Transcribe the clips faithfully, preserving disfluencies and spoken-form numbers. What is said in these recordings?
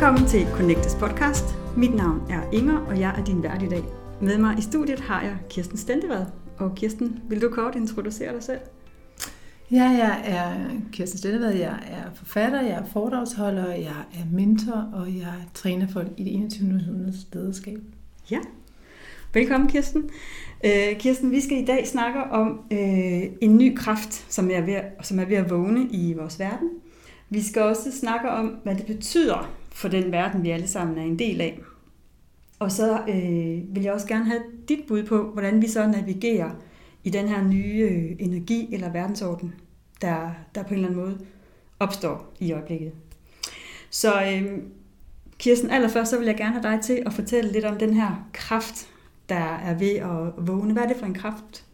Velkommen til Connectes podcast. Mit navn er Inger, og jeg er din vært i dag. Med mig i studiet har jeg Kirsten Stendevad. Og Kirsten, vil du kort introducere dig selv? Ja, jeg er Kirsten Stendevad. Jeg er forfatter, jeg er foredragsholder, jeg er mentor, og jeg træner folk i det enogtyvende århundredes lederskab. Ja, velkommen Kirsten. Uh, Kirsten, vi skal i dag snakke om uh, en ny kraft, som er, ved, som er ved at vågne i vores verden. Vi skal også snakke om, hvad det betyder for den verden, vi alle sammen er en del af. Og så øh, vil jeg også gerne have dit bud på, hvordan vi så navigerer i den her nye øh, energi eller verdensorden, der, der på en eller anden måde opstår i øjeblikket. Så øh, Kirsten, allerførst så vil jeg gerne have dig til at fortælle lidt om den her kraft, der er ved at vågne. Hvad er det for en kraft?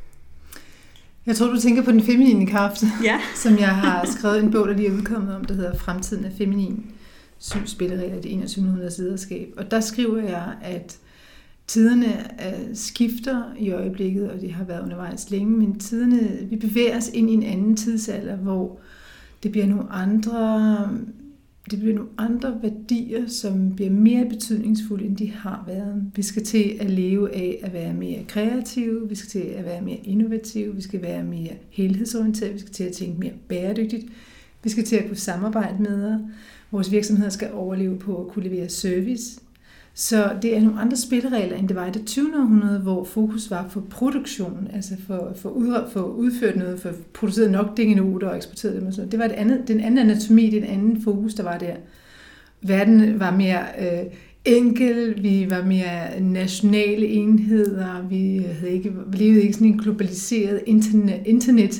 Jeg tror, du tænker på den feminine kraft, ja. som jeg har skrevet en bog, der lige er udkommet om, der hedder Fremtiden er feminin. Syv spilleregler i det enogtyvende århundredes lederskab. Og der skriver jeg, at tiderne skifter i øjeblikket, og det har været undervejs længe, men tiderne, vi bevæger os ind i en anden tidsalder, hvor det bliver nogle andre, det bliver nogle andre værdier, som bliver mere betydningsfulde, end de har været. Vi skal til at leve af at være mere kreative, vi skal til at være mere innovative, vi skal være mere helhedsorienterede, vi skal til at tænke mere bæredygtigt, vi skal til at kunne samarbejde med. Vores virksomheder skal overleve på at kunne levere service. Så det er nogle andre spilleregler, end det var i det tyvende århundrede, hvor fokus var for produktion, altså for, for, ud, for udført noget, for produceret nok dingenoter og eksporteret dem og sådan. Det var det andet, den anden anatomi, den anden fokus, der var der. Verden var mere øh, enkel, vi var mere nationale enheder, vi havde ikke, vi levede ikke sådan en globaliseret internet, internet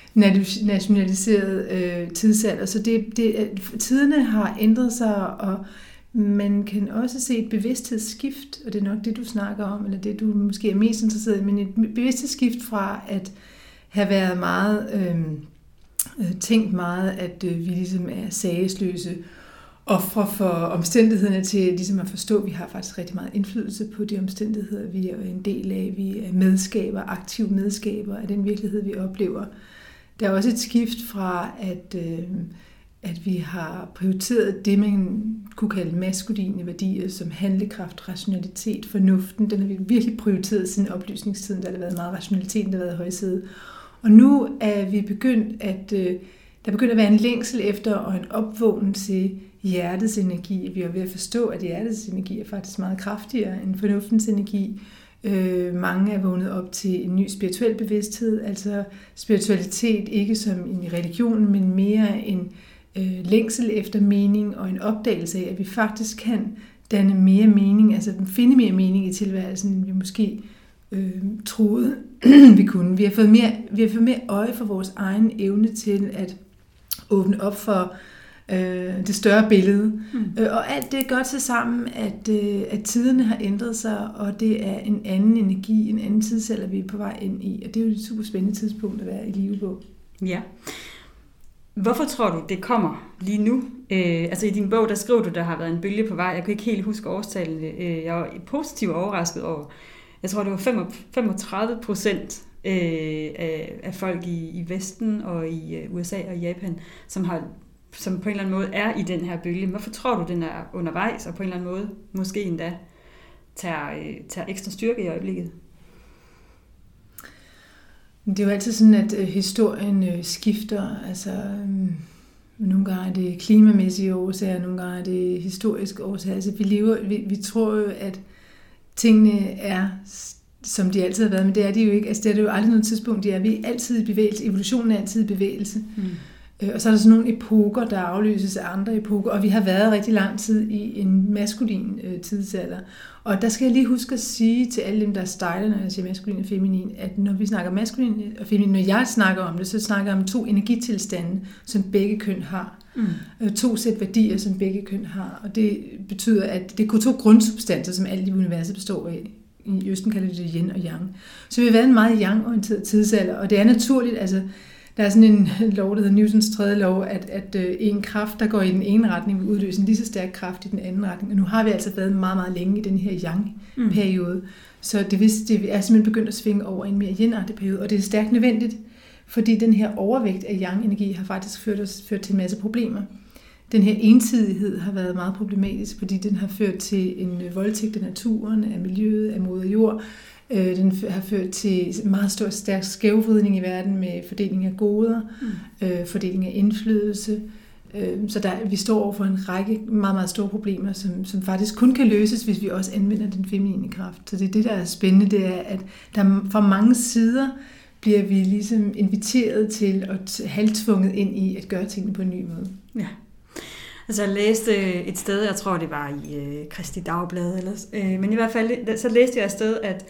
nationaliseret øh, tidsalder. Så det, det, tiderne har ændret sig, og man kan også se et bevidsthedsskift, og det er nok det, du snakker om, eller det, du måske er mest interesseret i, men et bevidsthedsskift fra at have været meget, øh, tænkt meget, at øh, vi ligesom er sagesløse ofre for omstændighederne, til ligesom at forstå, at vi har faktisk rigtig meget indflydelse på de omstændigheder, vi er en del af. Vi er medskaber, aktive medskaber af den virkelighed, vi oplever. Der er også et skift fra, at, øh, at vi har prioriteret det, man kunne kalde maskuline værdier, som handlekraft, rationalitet, fornuften. Den har vi virkelig prioriteret siden oplysningstiden, der har der været meget rationalitet, der har været højside. Og nu er vi begyndt at, øh, der begynder at være en længsel efter og en opvågning til hjertets energi. Vi er ved at forstå, at hjertets energi er faktisk meget kraftigere end fornuftens energi. Øh, mange er vågnet op til en ny spirituel bevidsthed, altså spiritualitet ikke som en religion, men mere en øh, længsel efter mening og en opdagelse af, at vi faktisk kan danne mere mening, altså finde mere mening i tilværelsen, end vi måske øh, troede, vi kunne. Vi har fået mere, vi har fået mere øje for vores egen evne til at åbne op for det større billede. Mm. Og alt det gør til sammen, at, at tiderne har ændret sig, og det er en anden energi, en anden tidsalder, vi er på vej ind i. Og det er jo et super spændende tidspunkt at være i live på. Ja. Hvorfor tror du, det kommer lige nu? Øh, altså i din bog, der skriver du, der har været en bølge på vej. Jeg kan ikke helt huske årstallet. Jeg var positivt overrasket over. Jeg tror, det var femogtredive procent af, af folk i, i Vesten og i U S A og Japan, som har som på en eller anden måde er i den her bølge. Hvorfor tror du, den er undervejs, og på en eller anden måde måske endda tager, tager ekstra styrke i øjeblikket? Det er jo altid sådan, at historien skifter. Altså, nogle gange er det klimamæssige årsager, nogle gange er det historiske årsager. Altså, vi, lever, vi, vi tror jo, at tingene er, som de altid har været, men det er de jo ikke. Altså, det er det jo aldrig noget tidspunkt, de er. Vi er altid i bevægelse. Evolutionen er altid i bevægelse. Mm. Og så er der sådan nogle epoker, der afløses af andre epoker, og vi har været rigtig lang tid i en maskulin øh, tidsalder. Og der skal jeg lige huske at sige til alle dem, der stejler, når jeg siger maskulin og feminin, at når vi snakker maskulin og feminin, når jeg snakker om det, så snakker jeg om to energitilstande, som begge køn har. Mm. To sæt værdier, som begge køn har. Og det betyder, at det er kun to grundsubstanser, som alt i universet består af. I Østen kalder det det yin og yang. Så vi har været en meget yang-orienteret tidsalder, og det er naturligt, altså der er sådan en lov, der hedder Newtons tredje lov, at, at en kraft, der går i den ene retning, vil udløse en lige så stærk kraft i den anden retning. Og nu har vi altså været meget, meget længe i den her yang-periode. Mm. Så det, det er simpelthen begyndt at svinge over en mere yin-agtig periode, og det er stærkt nødvendigt, fordi den her overvægt af yang-energi har faktisk ført, os, ført til en masse problemer. den her ensidighed har været meget problematisk, fordi den har ført til en voldtægt af naturen, af miljøet, af moder jord. Den har ført til meget stor, stærk skævvridning i verden med fordeling af goder, mm. øh, fordeling af indflydelse. Så der, vi står over for en række meget, meget store problemer, som, som faktisk kun kan løses, hvis vi også anvender den feminine kraft. Så det er det, der er spændende, det er, at der fra mange sider bliver vi ligesom inviteret til at halvtvunget ind i at gøre tingene på en ny måde. Ja. Altså jeg læste et sted, jeg tror det var i øh, Kristi Dagblad, eller, øh, men i hvert fald så læste jeg et sted, at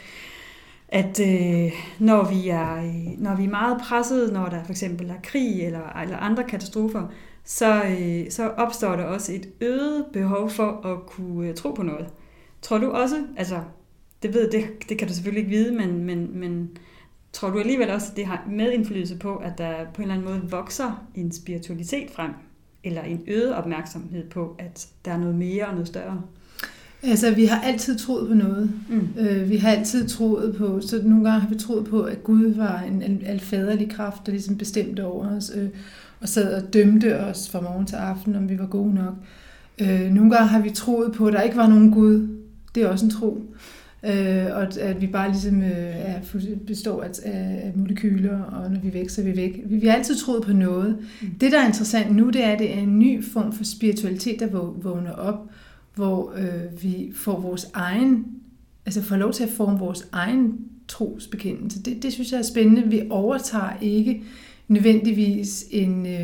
at øh, når, vi er, når vi er meget presset, når der for eksempel er krig eller, eller andre katastrofer, så, øh, så opstår der også et øget behov for at kunne øh, tro på noget. Tror du også, altså det ved det, det kan du selvfølgelig ikke vide, men, men, men tror du alligevel også, at det har medindflydelse på, at der på en eller anden måde vokser en spiritualitet frem, eller en øget opmærksomhed på, at der er noget mere og noget større? Altså, vi har altid troet på noget. Mm. Øh, vi har altid troet på, så nogle gange har vi troet på, at Gud var en alfaderlig kraft, der ligesom bestemte over os, øh, og sad og dømte os fra morgen til aften, om vi var gode nok. Øh, nogle gange har vi troet på, at der ikke var nogen Gud. Det er også en tro. Øh, og at vi bare ligesom øh, er, består af, af molekyler, og når vi væk, så er vi væk. Vi, vi har altid troet på noget. Mm. Det, der er interessant nu, det er, at det er en ny form for spiritualitet, der vågner op, hvor øh, vi får vores egen, altså får lov til at forme vores egen trosbekendelse. Det, det synes jeg er spændende. Vi overtager ikke nødvendigvis en, øh,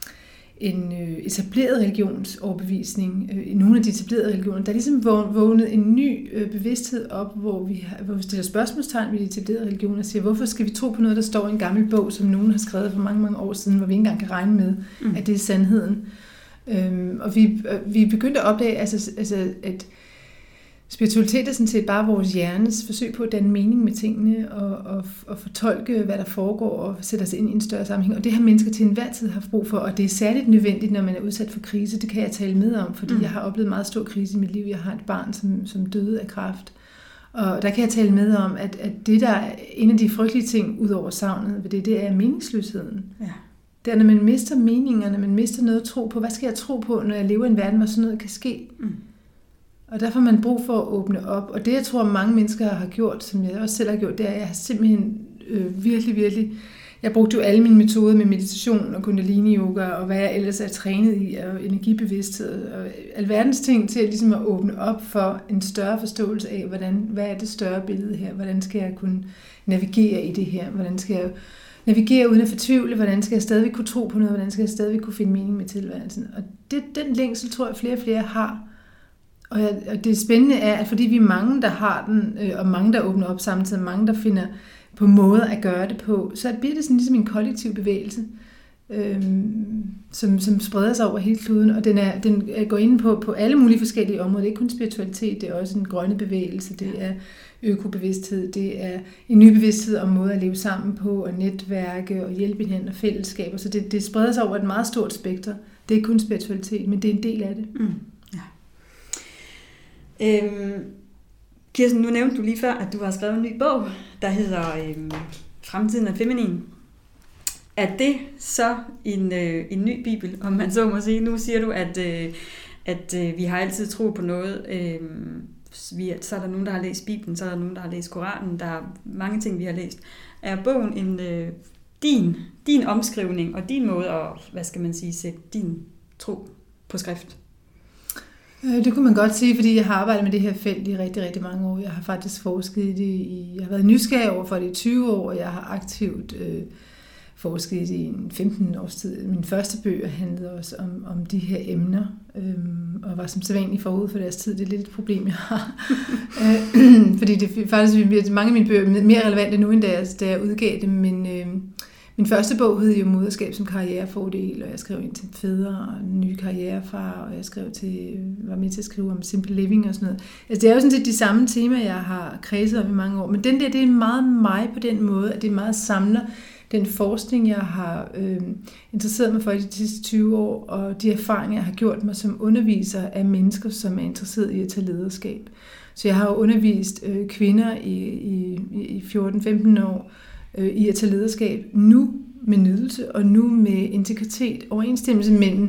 en øh, etableret religionsoverbevisning. Øh, I nogle af de etablerede religioner, der er ligesom vågnet en ny øh, bevidsthed op, hvor vi, har, hvor vi stiller spørgsmålstegn ved de etablerede religioner og siger, hvorfor skal vi tro på noget, der står i en gammel bog, som nogen har skrevet for mange, mange år siden, hvor vi ikke engang kan regne med, mm. at det er sandheden. Øhm, og vi, vi begyndte at opdage, altså, altså, at spiritualitet er sådan set bare vores hjernes forsøg på at danne mening med tingene og, og, og fortolke, hvad der foregår og sætte os ind i en større sammenhæng. Og det har mennesker til enhver tid haft brug for, og det er særligt nødvendigt, når man er udsat for krise. Det kan jeg tale med om, fordi mm. jeg har oplevet meget stor krise i mit liv. Jeg har et barn, som, som døde af kræft. Og der kan jeg tale med om, at, at det der er en af de frygtelige ting ud over savnet ved det, det er meningsløsheden. Ja. Det er, når man mister meninger, når man mister noget at tro på. Hvad skal jeg tro på, når jeg lever i en verden, hvor sådan noget kan ske? Mm. Og derfor har man brug for at åbne op. Og det, jeg tror, mange mennesker har gjort, som jeg også selv har gjort, det er, at jeg har simpelthen øh, virkelig, virkelig... Jeg brugte jo alle mine metoder med meditation og kundalini-yoga, og hvad jeg ellers er trænet i, og energibevidsthed, og alverdens ting til at, ligesom at åbne op for en større forståelse af, hvordan, hvad er det større billede her? Hvordan skal jeg kunne navigere i det her? Hvordan skal jeg navigere uden at fortvivle? Hvordan skal jeg stadigvæk kunne tro på noget? Hvordan skal jeg stadigvæk kunne finde mening med tilværelsen? Og det, den længsel tror jeg, flere og flere har. Og, jeg, og det spændende er, at fordi vi er mange, der har den, øh, og mange, der åbner op samtidig, mange, der finder på måder at gøre det på, så bliver det sådan ligesom en kollektiv bevægelse, øh, som, som spreder sig over hele kloden, og den, er, den går ind på, på alle mulige forskellige områder. Det er ikke kun spiritualitet, det er også en grønne bevægelse, det er økobevidsthed, det er en ny bevidsthed om måder at leve sammen på, og netværke, og hjælpe hinanden og fællesskaber. Så det, det spreder sig over et meget stort spekter. Det er ikke kun spiritualitet, men det er en del af det. Mm. Ja. Øhm, Kirsten, nu nævnte du lige før, at du har skrevet en ny bog, der hedder øhm, Fremtiden er feminin. Er det så en, øh, en ny bibel, om man så må sige? Nu siger du, at, øh, at øh, vi har altid tro på noget. Øh, vi, så er der nogen, der har læst Bibelen, så er der nogen, der har læst Koranen. Der er mange ting, vi har læst. Er bogen en, øh, din, din omskrivning og din måde at, hvad skal man sige, sætte din tro på skrift? Det kunne man godt sige, fordi jeg har arbejdet med det her felt i rigtig, rigtig mange år. Jeg har faktisk forsket i det i, jeg har været nysgerrig over for det i tyve år, og jeg har aktivt øh, forsket i det i femten års tid. Min første bøger handlede også om, om de her emner, øh, og var som sædvanligt forud for deres tid. Det er lidt et problem, jeg har. øh, fordi det faktisk mange af mine bøger er mere relevante nu, end da jeg, da jeg udgav dem, men... Øh, Min første bog hed jo Moderskab som karrierefordel, og jeg skrev ind til fædre og nye karrierefar, og jeg skrev til, var med til at skrive om simple living og sådan noget. Altså det er jo sådan set de samme temaer, jeg har kredset om i mange år, men den der, det er meget mig på den måde, at det meget samler den forskning, jeg har øh, interesseret mig for de sidste tyve år, og de erfaringer, jeg har gjort mig som underviser af mennesker, som er interesseret i at tage lederskab. Så jeg har jo undervist øh, kvinder i, i, i fjorten femten år, i at tage lederskab nu med nydelse og nu med integritet, overensstemmelse mellem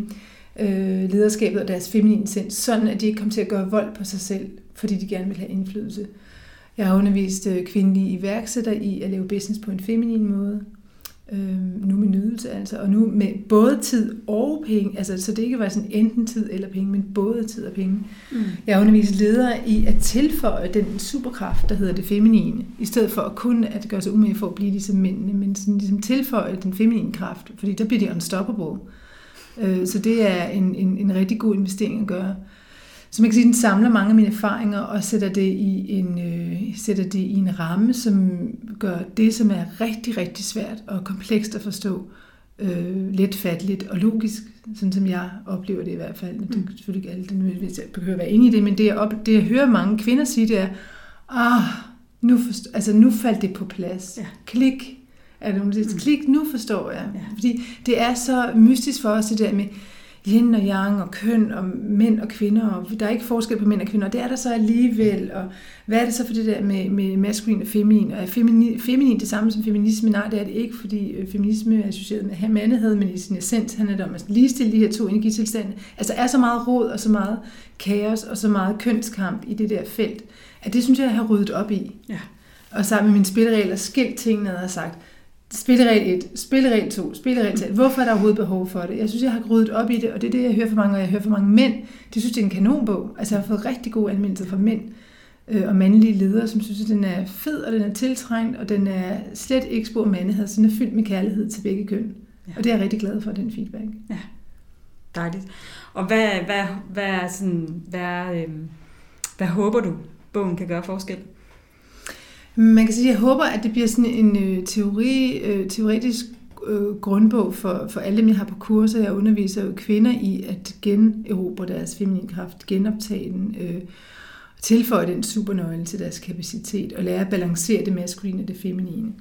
øh, lederskabet og deres feminine sind, sådan at de ikke kommer til at gøre vold på sig selv, fordi de gerne vil have indflydelse. Jeg har undervist øh, kvindelige iværksættere i at lave business på en feminin måde. Øh, nu med nydelse altså, og nu med både tid og penge, altså så det ikke var sådan enten tid eller penge, men både tid og penge. Mm. Jeg har undervist ledere i at tilføje den superkraft, der hedder det feminine, i stedet for at kun at gøre sig umage for at blive ligesom mændene, men sådan ligesom tilføje den feminine kraft, fordi der bliver de unstoppable. Øh, så det er en, en, en rigtig god investering at gøre. Så man kan sige, at den samler mange af mine erfaringer og sætter det i en, øh, sætter det i en ramme, som gør det, som er rigtig, rigtig svært og komplekst at forstå, øh, letfatteligt og logisk, sådan som jeg oplever det i hvert fald. Det er selvfølgelig ikke alle, der nødvendigvis behøver at være inde i det, men det jeg, op, det, jeg hører mange kvinder sige, det er, ah, nu, forstår, altså, nu faldt det på plads. Ja. Klik. Er det, siger, klik, nu forstår jeg. Ja. Fordi det er så mystisk for os, det der med yin og yang og køn og mænd og kvinder, og der er ikke forskel på mænd og kvinder, og det er der så alligevel, og hvad er det så for det der med, med maskulin og feminin, og er feminin, feminin det samme som feminisme? Nej, det er det ikke, fordi feminisme er associeret med mandlighed, men i sin essens handler det om at ligestille de her to energitilstande. Altså er så meget rod og så meget kaos og så meget kønskamp i det der felt, at det synes jeg, jeg har ryddet op i. Ja. Og sammen med mine spilleregler skilt tingene og sagt, spilleregel et, spilleregel to, spilleregel tre. Hvorfor er der overhovedet behov for det? Jeg synes, jeg har ryddet op i det, og det er det, jeg hører fra mange, og jeg hører fra mange mænd. De synes, det er en kanonbog. Altså, jeg har fået rigtig gode anmeldelser fra mænd øh, og mandlige ledere, som synes, at den er fed, og den er tiltrængt, og den er slet ikke spor mandlighed, så den er fyldt med kærlighed til begge køn. Ja. Og det er jeg rigtig glad for, den feedback. Ja, dejligt. Og hvad, hvad, hvad, er sådan, hvad, øh, hvad håber du, bogen kan gøre forskel? Man kan sige, at jeg håber, at det bliver sådan en øh, teori, øh, teoretisk øh, grundbog for, for alle dem, jeg har på kurser. Jeg underviser jo kvinder i at generobre deres feminine kraft, genoptage den, øh, tilføje den supernøgle til deres kapacitet og lære at balancere det maskuline og det feminine.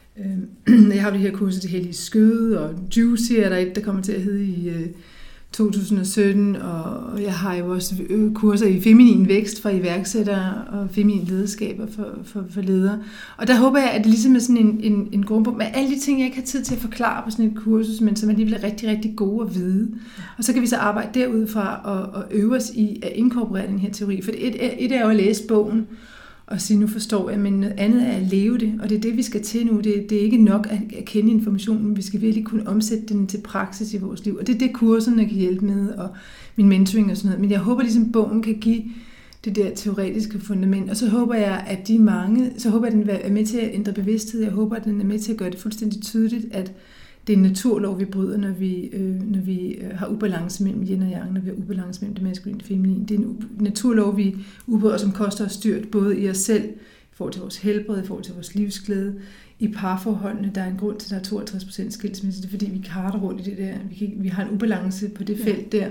Øh, jeg har jo de her kurser, det hellige skøde, og Juicy er der et, der kommer til at hedde i øh, to tusind og sytten, og jeg har jo også kurser i feminin vækst for iværksættere og feminin lederskaber for, for, for ledere. Og der håber jeg, at det ligesom er sådan en, en, en grundbog med alle de ting, jeg ikke har tid til at forklare på sådan et kursus, men som alligevel er rigtig, rigtig gode at vide. Og så kan vi så arbejde derudfra og, og øve os i at inkorporere den her teori. For et, et er jo at læse bogen, og sige, nu forstår jeg, men noget andet er at leve det, og det er det, vi skal til nu. Det, det er ikke nok at, at kende informationen, vi skal virkelig kunne omsætte den til praksis i vores liv, og det er det, kurserne kan hjælpe med, og min mentoring og sådan noget. Men jeg håber ligesom, bogen kan give det der teoretiske fundament, og så håber jeg, at de mange, så håber jeg, at den er med til at ændre bevidsthed, jeg håber, at den er med til at gøre det fuldstændig tydeligt, at det er en naturlov, vi bryder, når vi, øh, når vi øh, har ubalance mellem yin og yang, når vi har ubalance mellem det maskuline og det feminine. Det er en naturlov, vi ubryder, som koster os styrt, både i os selv, i forhold til vores helbred, i forhold til vores livsglæde, i parforholdene. Der er en grund til, at der er tooghalvtreds procent skilsmisse, det er fordi, vi karter rundt i det der. Vi, kan, vi har en ubalance på det felt der.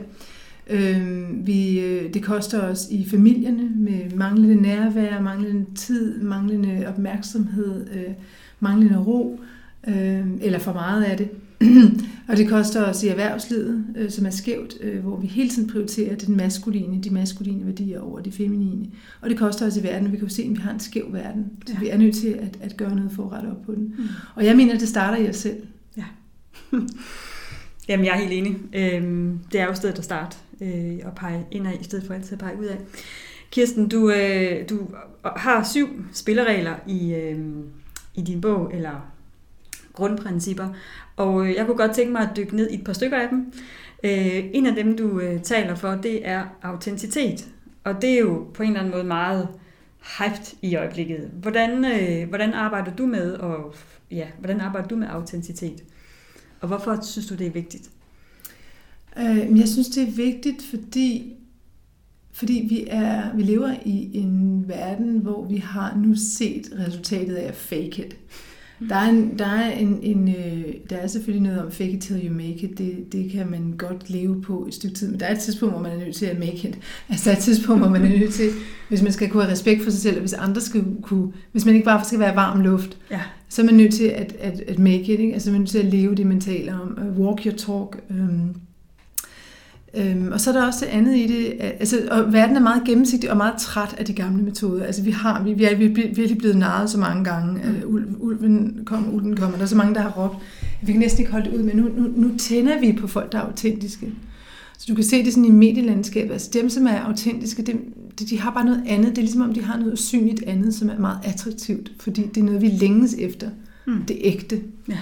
Øh, vi, øh, det koster os i familierne med manglende nærvær, manglende tid, manglende opmærksomhed, øh, manglende ro, eller for meget af det. Og det koster os i erhvervslivet, som er skævt, hvor vi hele tiden prioriterer den maskuline, de maskuline værdier over de feminine. Og det koster os i verden, og vi kan jo se, at vi har en skæv verden, så ja. Vi er nødt til at, at gøre noget for at rette op på den. Mm. Og jeg mener, at det starter i os selv. Ja. Jamen, jeg er helt enig. Det er jo stedet at starte og pege indad, i stedet for altid at pege ud af. Kirsten, du, du har syv spilleregler i, i din bog, eller grundprincipper, og jeg kunne godt tænke mig at dykke ned i et par stykker af dem. En af dem, du taler for, det er autenticitet, og det er jo på en eller anden måde meget hyped i øjeblikket. Hvordan, hvordan arbejder du med, og ja, hvordan arbejder du med autenticitet, og hvorfor synes du, det er vigtigt? Jeg synes, det er vigtigt, fordi Fordi vi, er, vi lever i en verden, hvor vi har nu set resultatet af fake it. Der er, en, der, er en, en, der er selvfølgelig noget om fake it till you make it. Det, det kan man godt leve på et stykke tid. Men der er et tidspunkt, hvor man er nødt til at make it. Altså der er et tidspunkt, hvor man er nødt til, hvis man skal kunne have respekt for sig selv, og hvis andre skal kunne, hvis man ikke bare skal være varm luft, ja. Så er man nødt til at, at, at make it. Ikke? Altså man er nødt til at leve det, man taler om. Walk your talk. Um, Øhm, og så er der også det andet i det, altså, og verden er meget gennemsigtig og meget træt af de gamle metoder. Altså vi har, vi, vi er virkelig blevet narret så mange gange. Mm. Uh, ulven kommer, ulven kommer. Der er så mange, der har råbt. Vi kan næsten ikke holde det ud, men nu, nu, nu tænder vi på folk, der er autentiske. Så du kan se det sådan i medielandskabet. Altså dem, som er autentiske, dem, de har bare noget andet. Det er ligesom om, de har noget usynligt andet, som er meget attraktivt, fordi det er noget, vi længes efter. Mm. Det ægte. Ja.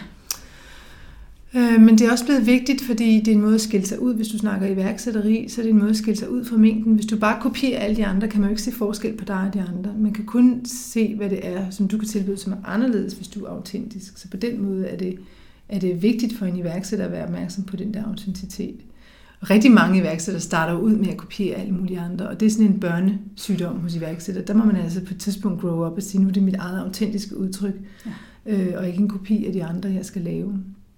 Øh, men det er også blevet vigtigt, fordi det er en måde at skille sig ud. Hvis du snakker iværksætteri, så er det en måde at skille sig ud fra mængden. Hvis du bare kopierer alle de andre, kan man jo ikke se forskel på dig og de andre. Man kan kun se, hvad det er, som du kan tilbyde, som er anderledes, hvis du er autentisk. Så på den måde er det, er det vigtigt for en iværksætter at være opmærksom på den der autenticitet. Og rigtig mange iværksættere starter ud med at kopiere alle mulige andre, og det er sådan en børnesygdom hos iværksættere. Der må man altså på et tidspunkt grow up og sige, nu er det mit eget autentiske udtryk, ja. øh, og ikke en kopi af de andre, jeg skal lave.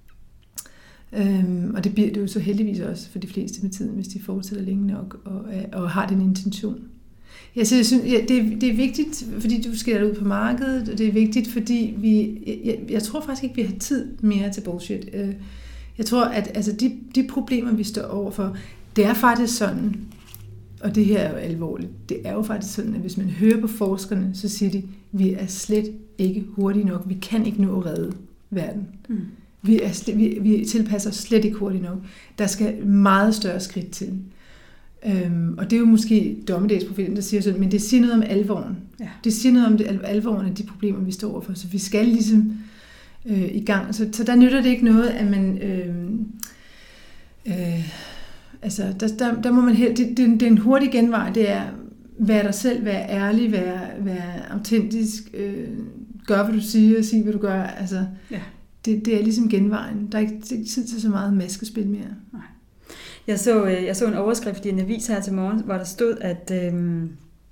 Øhm, og det bliver det jo så heldigvis også for de fleste med tiden, hvis de fortsætter længe nok og, og har den intention. Ja, så jeg synes, ja, det, det er vigtigt, fordi du skal ud på markedet, og det er vigtigt, fordi vi, jeg, jeg tror faktisk ikke, vi har tid mere til bullshit. Jeg tror, at altså, de, de problemer, vi står overfor, det er faktisk sådan, og det her er jo alvorligt, det er jo faktisk sådan, at hvis man hører på forskerne, så siger de, vi er slet ikke hurtige nok, vi kan ikke nå at redde verden. Mm. Vi, er slet, vi, vi tilpasser slet ikke hurtigt nok. Der skal meget større skridt til. Øhm, og det er jo måske dommedagsprofeten, der siger sådan, men det siger noget om alvoren. Ja. Det siger noget om det, alvoren af de problemer, vi står overfor. Så vi skal ligesom øh, i gang. Så, så der nytter det ikke noget, at man... Øh, øh, altså, der, der, der må man helt... Det, det, det er en hurtig genvej, det er være dig selv, være ærlig, være, være autentisk, øh, gør, hvad du siger, sig, hvad du gør. Altså... Ja. Det, det er ligesom genvejen. Der er ikke tid til så meget maskespil mere. Nej. Jeg så, jeg så en overskrift i en avis her til morgen, hvor der stod, at, øhm,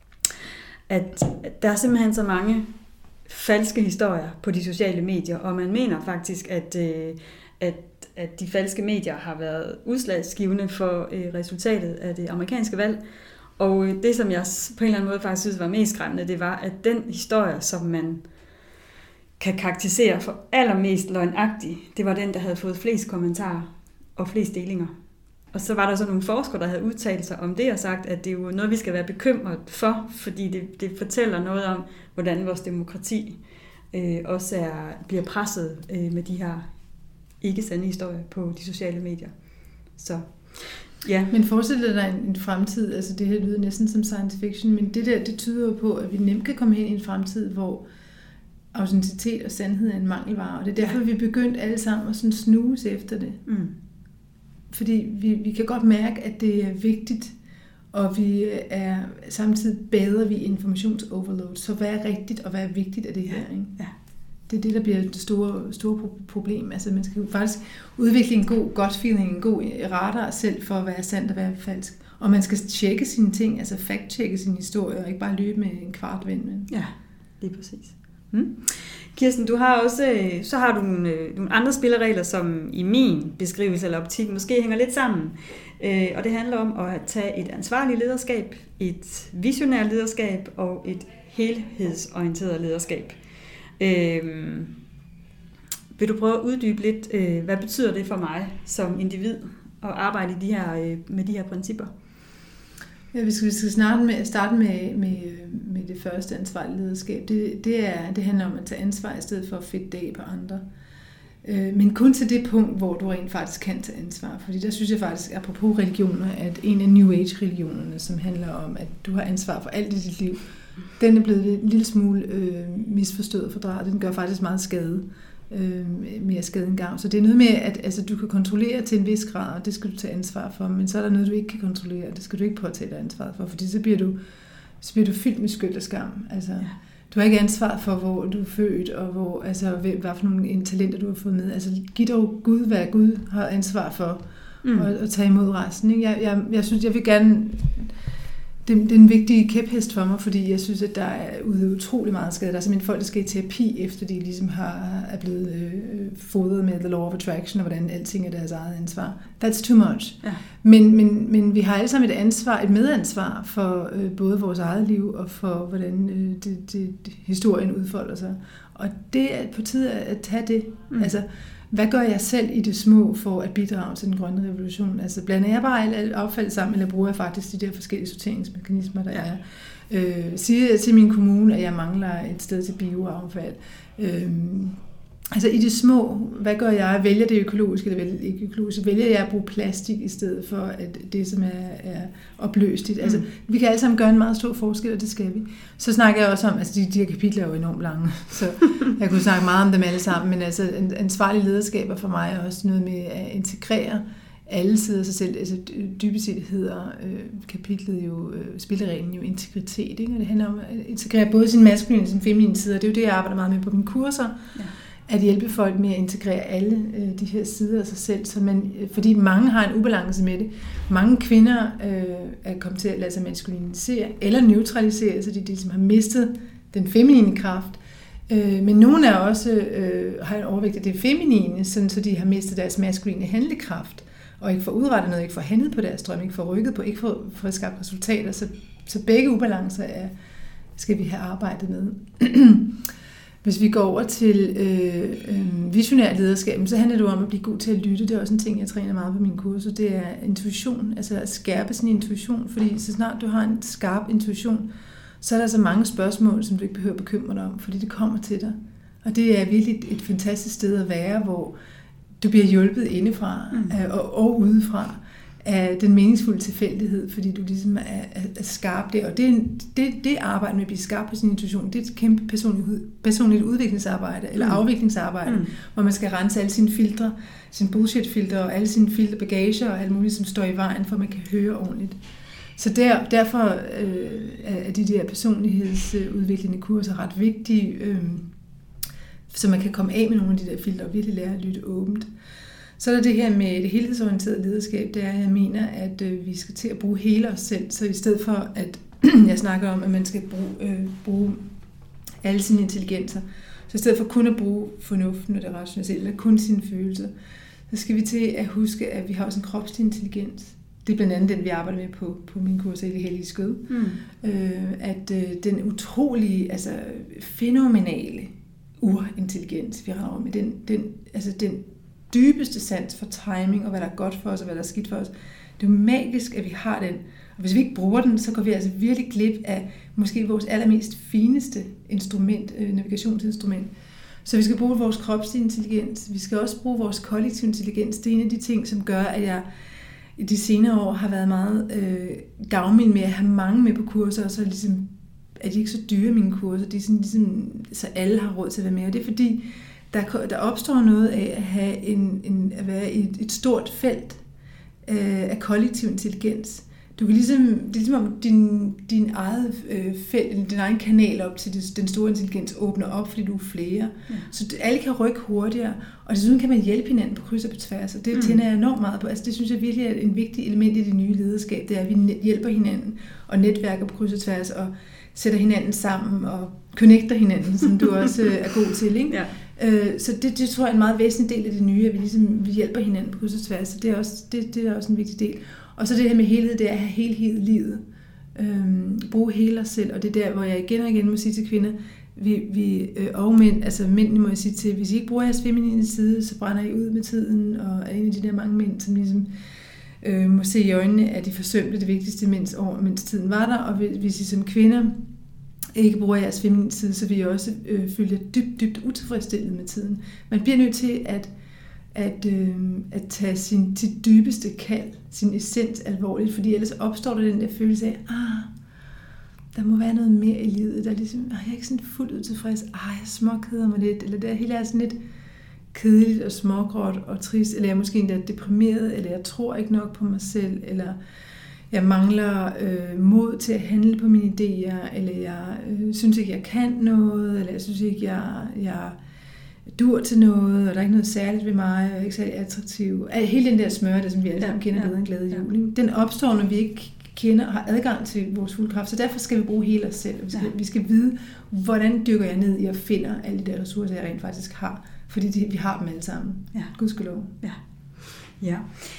at der er simpelthen så mange falske historier på de sociale medier, og man mener faktisk, at, øh, at, at de falske medier har været udslagsgivende for øh, resultatet af det amerikanske valg. Og det, som jeg på en eller anden måde faktisk synes var mest skræmmende, det var, at den historie, som man kan karakterisere for allermest løgnagtig, det var den, der havde fået flest kommentarer og flest delinger. Og så var der så nogle forskere, der havde udtalt sig om det og sagt, at det er jo noget, vi skal være bekymret for, fordi det, det fortæller noget om, hvordan vores demokrati øh, også er, bliver presset øh, med de her ikke-sande historier på de sociale medier. Så, ja. Men forestiller dig en, en fremtid, altså det her lyder næsten som science fiction, men det der, det tyder jo på, at vi nemt kan komme hen i en fremtid, hvor autenticitet og sandhed er en mangelvare, og det er derfor, ja. Vi er begyndt alle sammen at sådan snuse efter det. Mm. Fordi vi, vi kan godt mærke, at det er vigtigt, og vi er samtidig bedre ved informationsoverload. Så hvad er rigtigt, og hvad er vigtigt af det her? Ikke? Ja. Det er det, der bliver det store, store problem. Altså man skal faktisk udvikle en god gut feeling, en god radar selv for, hvad er sandt og hvad er falsk. Og man skal tjekke sine ting, altså fact-tjekke sine historier, og ikke bare løbe med en kvart ven. Ja, lige præcis. Hmm. Kirsten, du har også, så har du nogle, nogle andre spilleregler, som i min beskrivelse eller optik måske hænger lidt sammen. Øh, og det handler om at tage et ansvarligt lederskab, et visionært lederskab og et helhedsorienteret lederskab. Øh, vil du prøve at uddybe lidt, øh, hvad betyder det for mig som individ at arbejde i de her, øh, med de her principper? Ja, vi skal, vi skal starte med, starte med, med, med det første ansvarlige lederskab. Det, det, er, det handler om at tage ansvar i stedet for at fedte af på andre. Øh, men kun til det punkt, hvor du rent faktisk kan tage ansvar. Fordi der synes jeg faktisk, apropos religioner, at en af New Age-religionerne, som handler om, at du har ansvar for alt i dit liv, den er blevet en lille smule øh, misforstået og fordrejet. Den gør faktisk meget skade. Øh, mere skade end gavn. Så det er noget med, at altså, du kan kontrollere til en vis grad, og det skal du tage ansvar for, men så er der noget, du ikke kan kontrollere, og det skal du ikke påtage dig ansvar for, fordi så bliver du, så bliver du fyldt med skyld og skam. Altså, ja. Du har ikke ansvar for, hvor du er født, og hvor, altså, hvad for nogle talenter, du har fået med. Altså, giv dog Gud, hvad Gud har ansvar for, mm. og, og tage imod resten. Ikke? Jeg, jeg, jeg synes, jeg vil gerne... Det, det er en vigtig kæphest for mig, fordi jeg synes, at der er ude utrolig meget skade. Der er simpelthen folk, der skal i terapi, efter de ligesom har, er blevet øh, fodret med the law of attraction, og hvordan alting er deres eget ansvar. That's too much. Ja. Men, men, men vi har alle sammen et ansvar, et medansvar for øh, både vores eget liv, og for hvordan øh, det, det, det, historien udfolder sig. Og det er på tide at tage det. Mm. Altså, hvad gør jeg selv i det små for at bidrage til den grønne revolution? Altså blander jeg bare alt affald sammen, eller bruger jeg faktisk de der forskellige sorteringsmekanismer, der ja. er? Øh, siger jeg til min kommune, at jeg mangler et sted til bioaffald? Øh, Altså i det små, hvad gør jeg? Vælger det økologisk eller vælger ikke økologisk? Vælger jeg at bruge plastik i stedet for at det, som er, er opløstigt? Altså, mm. vi kan alle sammen gøre en meget stor forskel, og det skal vi. Så snakker jeg også om, altså de, de her kapitler er jo enormt lange, så jeg kunne snakke meget om dem alle sammen, men altså ansvarlig lederskab er for mig også noget med at integrere alle sider af sig selv. Altså dybest set hedder øh, kapitlet jo, øh, spillereglen jo integritet, ikke? Og det handler om at integrere både sin maskuline og sin feminine sider. Det er jo det, jeg arbejder meget med på mine kurser. Ja. At hjælpe folk med at integrere alle øh, de her sider af sig selv, så man, øh, fordi mange har en ubalance med det. Mange kvinder øh, er kommet til at lade sig maskulinisere eller neutralisere, så de, de som har mistet den feminine kraft. Øh, men nogle er også øh, har en overvægt af det feminine, sådan, så de har mistet deres maskuline handlekraft, og ikke får udrettet noget, ikke får handlet på deres drøm, ikke får rykket på, ikke får, får skabt resultater. Så, så begge ubalancer er, skal vi have arbejdet med. Hvis vi går over til øh, øh, visionær lederskab, så handler det jo om at blive god til at lytte. Det er også en ting, jeg træner meget på mine kurser. Det er intuition, altså at skærpe sin intuition. Fordi så snart du har en skarp intuition, så er der så mange spørgsmål, som du ikke behøver at bekymre dig om, fordi det kommer til dig. Og det er virkelig et, et fantastisk sted at være, hvor du bliver hjulpet indefra mm. øh, og, og udefra af den meningsfulde tilfældighed, fordi du ligesom er, er, er skarp der. Og det, det, det arbejde med at blive skarp på sin intuition, det er et kæmpe personligt, personligt udviklingsarbejde, eller mm. afviklingsarbejde, mm. hvor man skal rense alle sine filtre, sine bullshit-filtre, og alle sine filtre bagager, og alt muligt, som står i vejen, for at man kan høre ordentligt. Så der, derfor øh, er de der personlighedsudviklende kurser ret vigtige, øh, så man kan komme af med nogle af de der filtre, og virkelig lære at lytte åbent. Så er der det her med det helhedsorienterede lederskab, det er, at jeg mener, at øh, vi skal til at bruge hele os selv, så i stedet for, at jeg snakker om, at man skal bruge, øh, bruge alle sine intelligenser, så i stedet for kun at bruge fornuften og det rationelle, eller kun sine følelser, så skal vi til at huske, at vi har også en kropslig intelligens. Det er blandt andet den, vi arbejder med på, på mine kurser i det hellige skød. Mm. Øh, at øh, den utrolige, altså fænomenale urintelligens, vi har med, den, den, altså den dybeste sans for timing, og hvad der er godt for os, og hvad der er skidt for os. Det er jo magisk, at vi har den. Og hvis vi ikke bruger den, så går vi altså virkelig glip af måske vores allermest fineste instrument, øh, navigationsinstrument. Så vi skal bruge vores kropslige intelligens. Vi skal også bruge vores kollektive intelligens. Det er en af de ting, som gør, at jeg i de senere år har været meget øh, gavmild med at have mange med på kurser, og så ligesom, er de ikke så dyre, mine kurser. De er sådan, ligesom, så alle har råd til at være med. Og det er fordi, Der, der opstår noget af at have en, en at være i et, et stort felt øh, af kollektiv intelligens. Du kan ligesom, det er ligesom om din, din eget øh, felt, din egen kanal op til det, den store intelligens åbner op, fordi du er flere. Ja. Så det, alle kan rykke hurtigere, og desuden kan man hjælpe hinanden på kryds og på tværs, og det mm. tænder jeg enormt meget på. Altså det synes jeg virkelig er en vigtig element i det nye lederskab, det er, at vi hjælper hinanden og netværker på kryds og tværs, og sætter hinanden sammen og connecter hinanden, som du også er god til, ikke? Ja. Så det, det tror jeg er en meget væsentlig del af det nye, at vi, ligesom, vi hjælper hinanden på kryds og tværs, så det er, også, det, det er også en vigtig del. Og så det her med helhed, det er at have helhed i livet. Øhm, bruge hele os selv, og det er der, hvor jeg igen og igen må sige til kvinder, vi, vi, øh, og mænd, altså mændene må jeg sige til, hvis I ikke bruger jeres feminine side, så brænder I ud med tiden, og er en af de der mange mænd, som ligesom øh, må se i øjnene, at de forsømte det vigtigste mens, år, mens tiden var der, og hvis I som kvinder ikke bruger jeres feminine side, så vil I også øh, føle jer dybt, dybt utilfredsstillet med tiden. Man bliver nødt til at, at, øh, at tage sin, sit dybeste kald, sin essens alvorligt, fordi ellers opstår der den der følelse af, ah, der må være noget mere i livet, der er ligesom, ah, jeg er ikke sådan fuldt ud tilfreds, ah, jeg småkeder mig lidt, eller det hele er sådan lidt kedeligt og smågråt og trist, eller jeg er måske endda deprimeret, eller jeg tror ikke nok på mig selv, eller jeg mangler øh, mod til at handle på mine idéer, eller jeg øh, synes ikke, jeg kan noget, eller jeg synes ikke, jeg, jeg dur til noget, og der er ikke noget særligt ved mig, og jeg er ikke særlig attraktiv. Hele den der smør, der som vi alle sammen kender bedre end glæde jul, den opstår, når vi ikke kender og har adgang til vores fulde kraft, så derfor skal vi bruge hele os selv. Vi skal, ja. vi skal vide, hvordan dykker jeg ned i og finder alle de der ressourcer, jeg rent faktisk har, fordi de, vi har dem alle sammen. Ja. Gudskelov. Ja. Ja.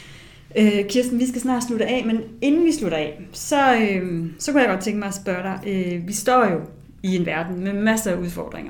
Øh, Kirsten, vi skal snart slutte af, men inden vi slutter af, så, øh, så kunne jeg godt tænke mig at spørge dig. Øh, vi står jo i en verden med masser af udfordringer.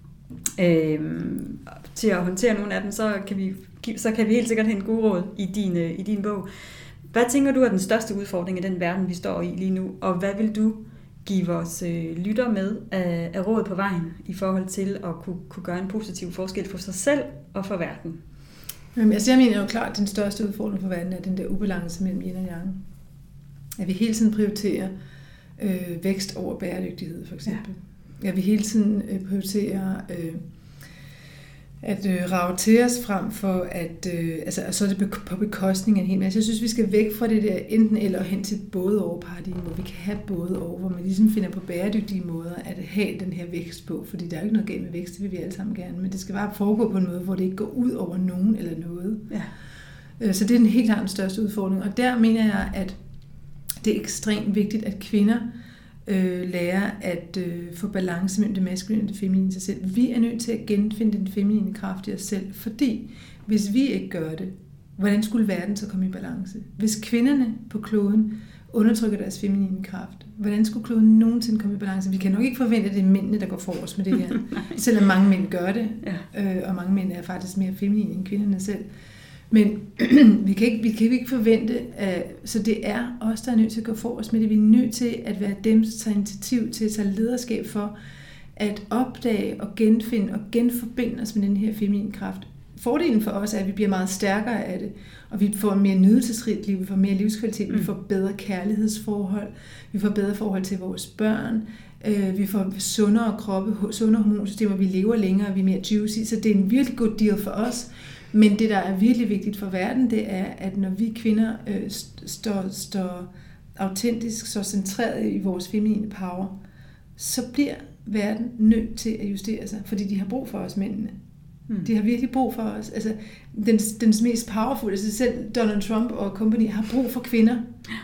Øh, til at håndtere nogle af dem, så kan vi, så kan vi helt sikkert hente gode råd i din, øh, i din bog. Hvad tænker du er den største udfordring i den verden, vi står i lige nu, og hvad vil du give vores øh, lytter med af, af råd på vejen i forhold til at kunne, kunne gøre en positiv forskel for sig selv og for verden? Jamen, altså, jeg mener jo klart, at den største udfordring for verden er den der ubalance mellem yin og yang. At vi hele tiden prioriterer øh, vækst over bæredygtighed, for eksempel. Ja. At vi hele tiden øh, prioriterer øh, at øh, rage til os frem for, at øh, altså, så er det på bekostning af en hel masse. Jeg synes, vi skal væk fra det der enten eller hen til både over paradigme, hvor vi kan have både over, hvor man ligesom finder på bæredygtige måder at have den her vækst på, fordi der er jo ikke noget galt med vækst, det vil vi alle sammen gerne, men det skal bare foregå på en måde, hvor det ikke går ud over nogen eller noget. Ja. Så det er den helt klart den største udfordring, og der mener jeg, at det er ekstremt vigtigt, at kvinder øh, lærer at øh, få balance mellem det maskuline og det feminine i sig selv. Vi er nødt til at genfinde den feminine kraft i os selv, fordi hvis vi ikke gør det, hvordan skulle verden så komme i balance? Hvis kvinderne på kloden undertrykker deres feminine kraft, hvordan skulle kloden nogensinde komme i balance? Vi kan nok ikke forvente, at det er mændene, der går forrest med det her, selvom mange mænd gør det, ja. øh, og mange mænd er faktisk mere feminine end kvinderne selv. Men vi kan ikke, vi kan ikke forvente, uh, så det er os, der er nødt til at gå forrest med det. Vi er nødt til at være dem, der tager initiativ til at tage lederskab for at opdage og genfinde og genforbinde os med den her feminine kraft. Fordelen for os er, at vi bliver meget stærkere af det, og vi får mere nydelsesrigt liv, vi får mere livskvalitet, mm. vi får bedre kærlighedsforhold, vi får bedre forhold til vores børn, uh, vi får sundere kroppe, sundere hormonsystemer, vi lever længere, vi er mere juicy, så det er en virkelig god deal for os. Men det, der er virkelig vigtigt for verden, det er, at når vi kvinder øh, står, står autentisk, så centreret i vores feminine power, så bliver verden nødt til at justere sig, fordi de har brug for os mændene. Mm. De har virkelig brug for os. Altså, den, den mest powerful, altså selv Donald Trump og company har brug for kvinder.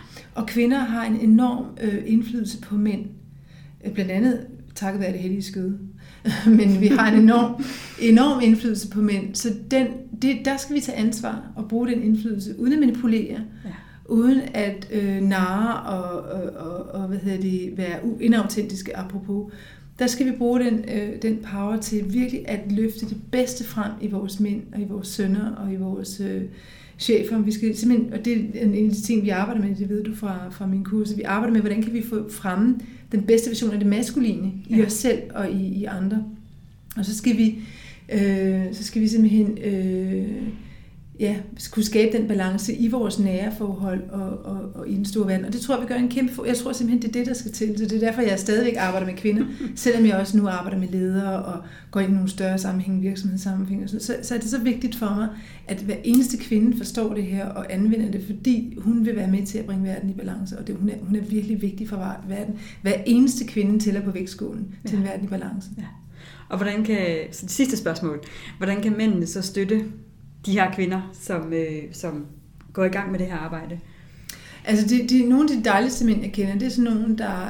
Og kvinder har en enorm øh, indflydelse på mænd. Blandt andet takket være det hellige skøde. Men vi har en enorm, enorm indflydelse på mænd, så den, det, der skal vi tage ansvar og bruge den indflydelse, uden at manipulere, ja. uden at øh, narre og, og, og, og hvad hedder det, være inautentiske apropos. Der skal vi bruge den, øh, den power til virkelig at løfte det bedste frem i vores mænd og i vores sønner og i vores øh, chefer. Vi skal simpelthen, og det er en af de ting, vi arbejder med, det ved du fra, fra min kurse, vi arbejder med, hvordan kan vi få fremme den bedste version af det maskuline i ja. os selv og i, i andre. Og så skal vi, øh, så skal vi simpelthen øh, ja, kunne skabe den balance i vores nære forhold og, og, og i den store verden. Og det tror jeg, vi gør en kæmpe for. Jeg tror simpelthen, det er det, der skal til. Så det er derfor, jeg stadigvæk arbejder med kvinder, selvom jeg også nu arbejder med ledere og går ind i nogle større sammenhæng, virksomhedssammenhæng. Så, så er det så vigtigt for mig, at hver eneste kvinde forstår det her og anvender det, fordi hun vil være med til at bringe verden i balance. Og det, hun, er, hun er virkelig vigtig for verden. Hver eneste kvinde tæller på vægtskålen til ja. en verden i balance. Ja. Og hvordan kan, så det sidste spørgsmål, hvordan kan mændene så støtte de her kvinder, som, øh, som går i gang med det her arbejde? Altså, de, de, nogle af de dejligste mænd, jeg kender, det er sådan nogle, der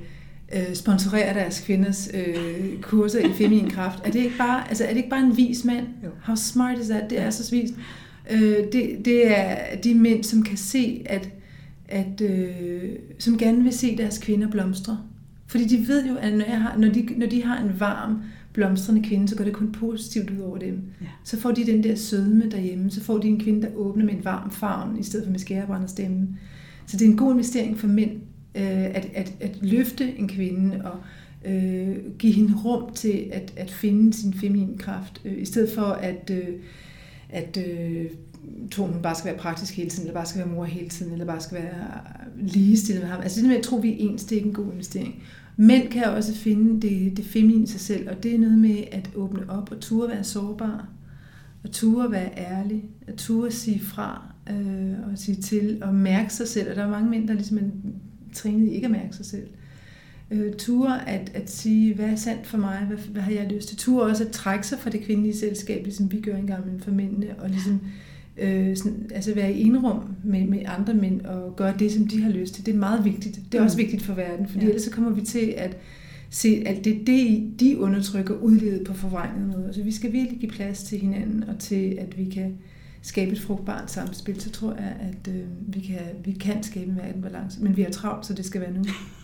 øh, øh, sponsorerer deres kvinders øh, kurser i feminin kraft. Er det ikke bare, altså, er det ikke bare en vis mand? Jo. How smart is that? Det er så vist. Øh, det, det er de mænd, som kan se, at, at øh, som gerne vil se deres kvinder blomstre. Fordi de ved jo, at når, jeg har, når, de, når de har en varm, blomstrende kvinde, så går det kun positivt ud over dem. Ja. Så får de den der sødme derhjemme, så får de en kvinde, der åbner med en varm favn, i stedet for med skærebrænder stemme. Så det er en god investering for mænd, øh, at, at, at løfte en kvinde og øh, give hende rum til at, at finde sin feminine kraft, øh, i stedet for at, øh, at øh, tro, hun bare skal være praktisk hele tiden, eller bare skal være mor hele tiden, eller bare skal være ligestillet med ham. Altså det med at tro, vi er ens, det er ikke en god investering. Mænd kan også finde det, det feminine i sig selv, og det er noget med at åbne op og ture være sårbar, og ture være ærlig, og ture sige fra, øh, og sige til, og mærke sig selv. Og der er mange mænd, der ligesom er trænet i ikke at mærke sig selv. Øh, ture at, at sige, hvad er sandt for mig, hvad, hvad har jeg lyst til. Ture også at trække sig fra det kvindelige selskab, ligesom vi gør engang for mændene, og ligesom øh, sådan, altså være i enrum med, med andre mænd, og gøre det, som de har lyst til. Det er meget vigtigt. Det er også vigtigt for verden, fordi ja. ellers så kommer vi til at se alt det, det de undertrykker, udledet på forvrængede måder. Så vi skal virkelig give plads til hinanden, og til at vi kan skabe et frugtbart samspil. Så tror jeg, at øh, vi, kan, vi kan skabe en verdenbalance. Men vi har travlt, så det skal være nu.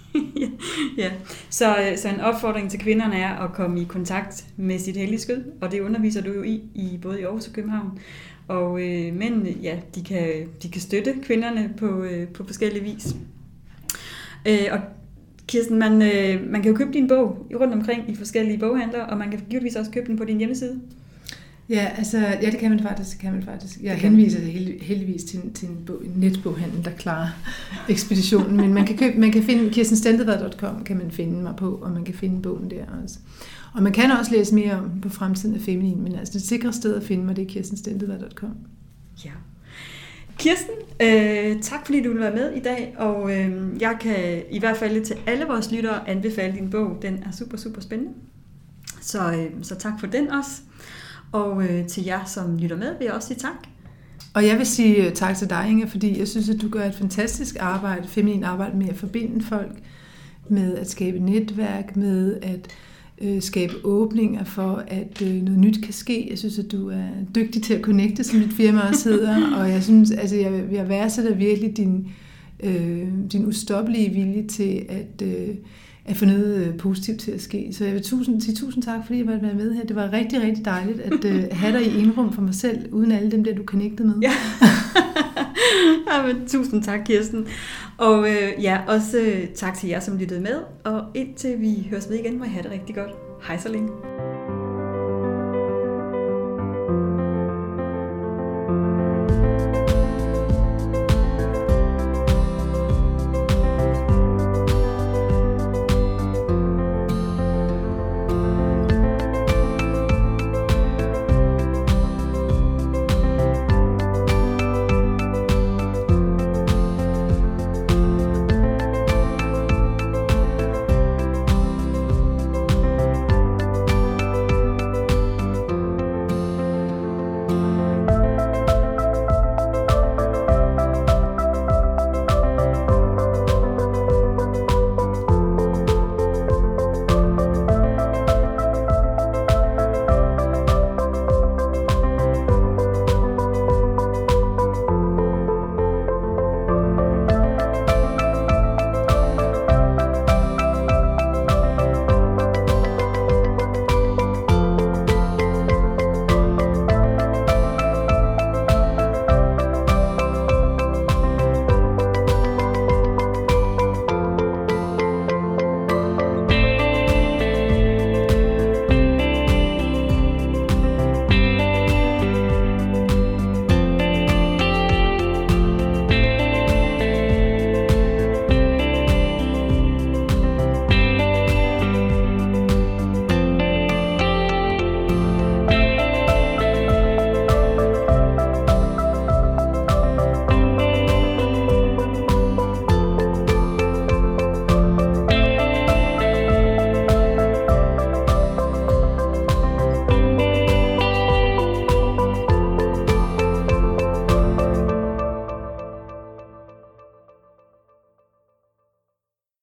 ja, så, så en opfordring til kvinderne er at komme i kontakt med sit hellige skød, og det underviser du jo i, i både i Aarhus og København. Og øh, mændene, ja, de kan, de kan støtte kvinderne på, øh, på forskellige vis. Øh, og Kirsten, man, øh, man kan jo købe din bog rundt omkring i forskellige boghandlere, og man kan givetvis også købe den på din hjemmeside. Ja, altså, ja, det kan man faktisk. Det kan man faktisk. Jeg henviser held, heldigvis til, til en, bog, en netboghandel, der klarer ekspeditionen, men man kan, købe, man kan finde kirsten stendevad punktum com kan man finde mig på, og man kan finde bogen der også. Og man kan også læse mere om på fremtiden af feminin, men altså det sikre sted at finde mig, det er kirsten stendevad punktum com. Ja. Kirsten, øh, tak fordi du vil være med i dag, og øh, jeg kan i hvert fald til alle vores lyttere anbefale din bog. Den er super, super spændende. Så, øh, så tak for den også. Og øh, til jer, som lytter med, vil jeg også sige tak. Og jeg vil sige tak til dig, Inger, fordi jeg synes, at du gør et fantastisk arbejde, feminin arbejde med at forbinde folk, med at skabe netværk, med at øh, skabe åbninger for, at øh, noget nyt kan ske. Jeg synes, at du er dygtig til at connecte, som dit firma også hedder, og jeg synes, altså jeg, jeg værdsætter virkelig din, øh, din ustoppelige vilje til at, øh, at få noget positivt til at ske. Så jeg vil tusind, sige tusind tak, fordi jeg måtte være med her. Det var rigtig, rigtig dejligt at øh, have dig i enrum for mig selv, uden alle dem der, du connectede med. Ja. Ja, men, tusind tak, Kirsten. Og øh, ja, også øh, tak til jer, som lyttede med. Og indtil vi høres ved igen, må I have det rigtig godt. Hej så længe.